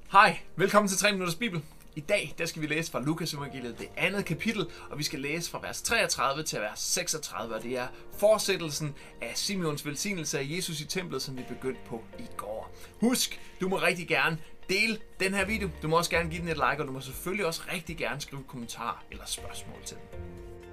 Hej, velkommen til 3 minutters Bibel. I dag der skal vi læse fra Lukas evangeliet, det andet kapitel, og vi skal læse fra vers 33 til vers 36, og det er fortsættelsen af Simeons velsignelse af Jesus i templet, som vi begyndte på i går. Husk, du må rigtig gerne dele den her video, du må også gerne give den et like, og du må selvfølgelig også rigtig gerne skrive kommentarer eller spørgsmål til den.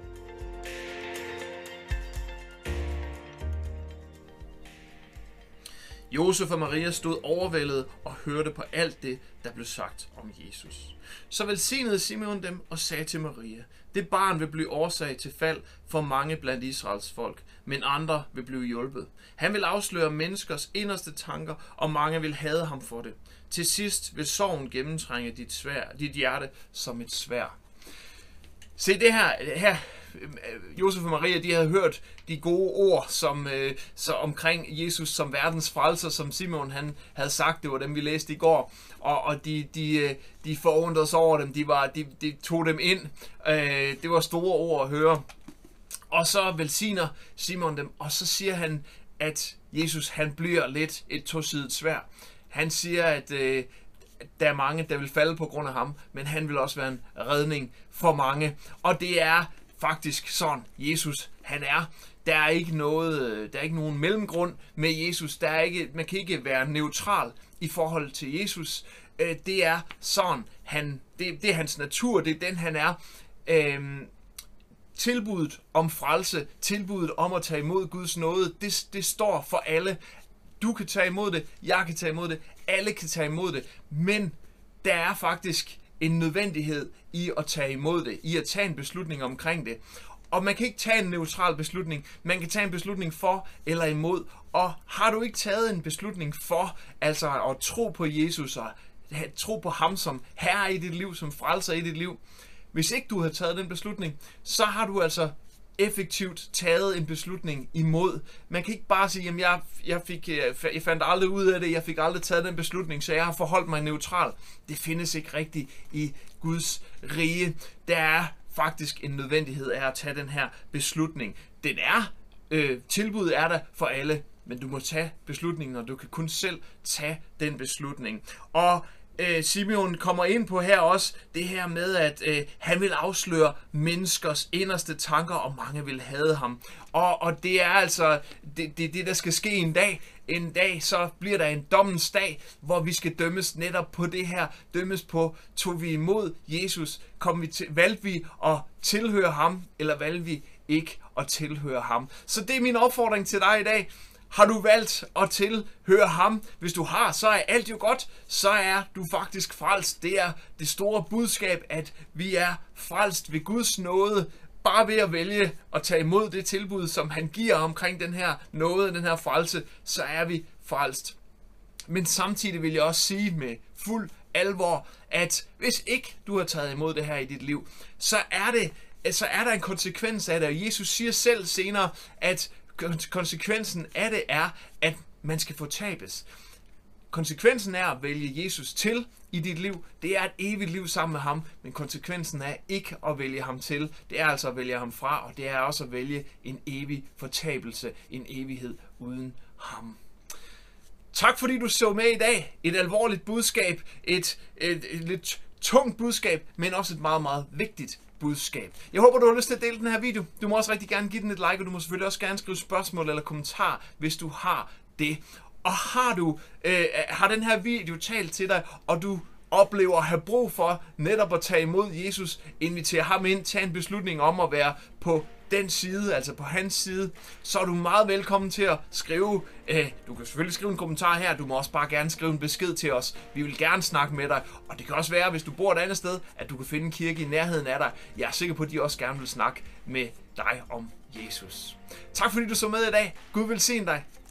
Josef og Maria stod overvældet og hørte på alt det, der blev sagt om Jesus. Så velsignede Simeon dem og sagde til Maria: det barn vil blive årsag til fald for mange blandt Israels folk, men andre vil blive hjulpet. Han vil afsløre menneskers inderste tanker, og mange vil hade ham for det. Til sidst vil sorgen gennemtrænge dit hjerte som et sværd. Se det her Josef og Maria, de havde hørt de gode ord så omkring Jesus som verdens frelser, som Simon han havde sagt. Det var dem, vi læste i går. Og de forundrede sig over dem. De tog dem ind. Det var store ord at høre. Og så velsigner Simon dem, og så siger han, at Jesus han bliver lidt et tosidet sværd. Han siger, at der er mange, der vil falde på grund af ham, men han vil også være en redning for mange. Og det er faktisk sådan, Jesus han er. Der er ikke nogen mellemgrund med Jesus. Man kan ikke være neutral i forhold til Jesus. Det er sådan, det er hans natur, det er den han er. Tilbuddet om frelse, tilbuddet om at tage imod Guds nåde, det står for alle. Du kan tage imod det, jeg kan tage imod det, alle kan tage imod det, men der er faktisk en nødvendighed i at tage imod det, i at tage en beslutning omkring det. Og man kan ikke tage en neutral beslutning, man kan tage en beslutning for eller imod. Og har du ikke taget en beslutning for, altså at tro på Jesus og tro på ham som herre i dit liv, som frelser i dit liv, hvis ikke du har taget den beslutning, så har du altså effektivt taget en beslutning imod. Man kan ikke bare sige, jamen jeg fandt aldrig ud af det, jeg fik aldrig taget den beslutning, så jeg har forholdt mig neutral. Det findes ikke rigtigt i Guds rige. Der er faktisk en nødvendighed af at tage den her beslutning. Tilbuddet er der for alle, men du må tage beslutningen, og du kan kun selv tage den beslutning. Og Simeon kommer ind på her også det her med, at han vil afsløre menneskers inderste tanker, og mange vil hade ham. Og det er altså det der skal ske en dag. En dag så bliver der en dommens dag, hvor vi skal dømmes netop på det her. Dømmes på, tog vi imod Jesus? Valgte vi at tilhøre ham, eller valgte vi ikke at tilhøre ham? Så det er min opfordring til dig i dag. Har du valgt at tilhøre ham? Hvis du har, så er alt jo godt. Så er du faktisk frelst. Det er det store budskab, at vi er frelst ved Guds nåde. Bare ved at vælge at tage imod det tilbud, som han giver omkring den her nåde, den her frelse, så er vi frelst. Men samtidig vil jeg også sige med fuld alvor, at hvis ikke du har taget imod det her i dit liv, så er der en konsekvens af det. Og Jesus siger selv senere, at konsekvensen af det er, at man skal fortabes. Konsekvensen er at vælge Jesus til i dit liv. Det er et evigt liv sammen med ham, men konsekvensen af ikke at vælge ham til, det er altså at vælge ham fra, og det er også at vælge en evig fortabelse, en evighed uden ham. Tak fordi du så med i dag. Et alvorligt budskab, et lidt tungt budskab, men også et meget, meget vigtigt budskab. Jeg håber, du har lyst til at dele den her video. Du må også rigtig gerne give den et like, og du må selvfølgelig også gerne skrive spørgsmål eller kommentar, hvis du har det. Og har den her video talt til dig, og du oplever at have brug for netop at tage imod Jesus, invitere ham ind, tage en beslutning om at være på den side, altså på hans side, så er du meget velkommen til at skrive. Du kan selvfølgelig skrive en kommentar her, du må også bare gerne skrive en besked til os. Vi vil gerne snakke med dig, og det kan også være, hvis du bor et andet sted, at du kan finde en kirke i nærheden af dig. Jeg er sikker på, at de også gerne vil snakke med dig om Jesus. Tak fordi du så med i dag. Gud velsigne dig.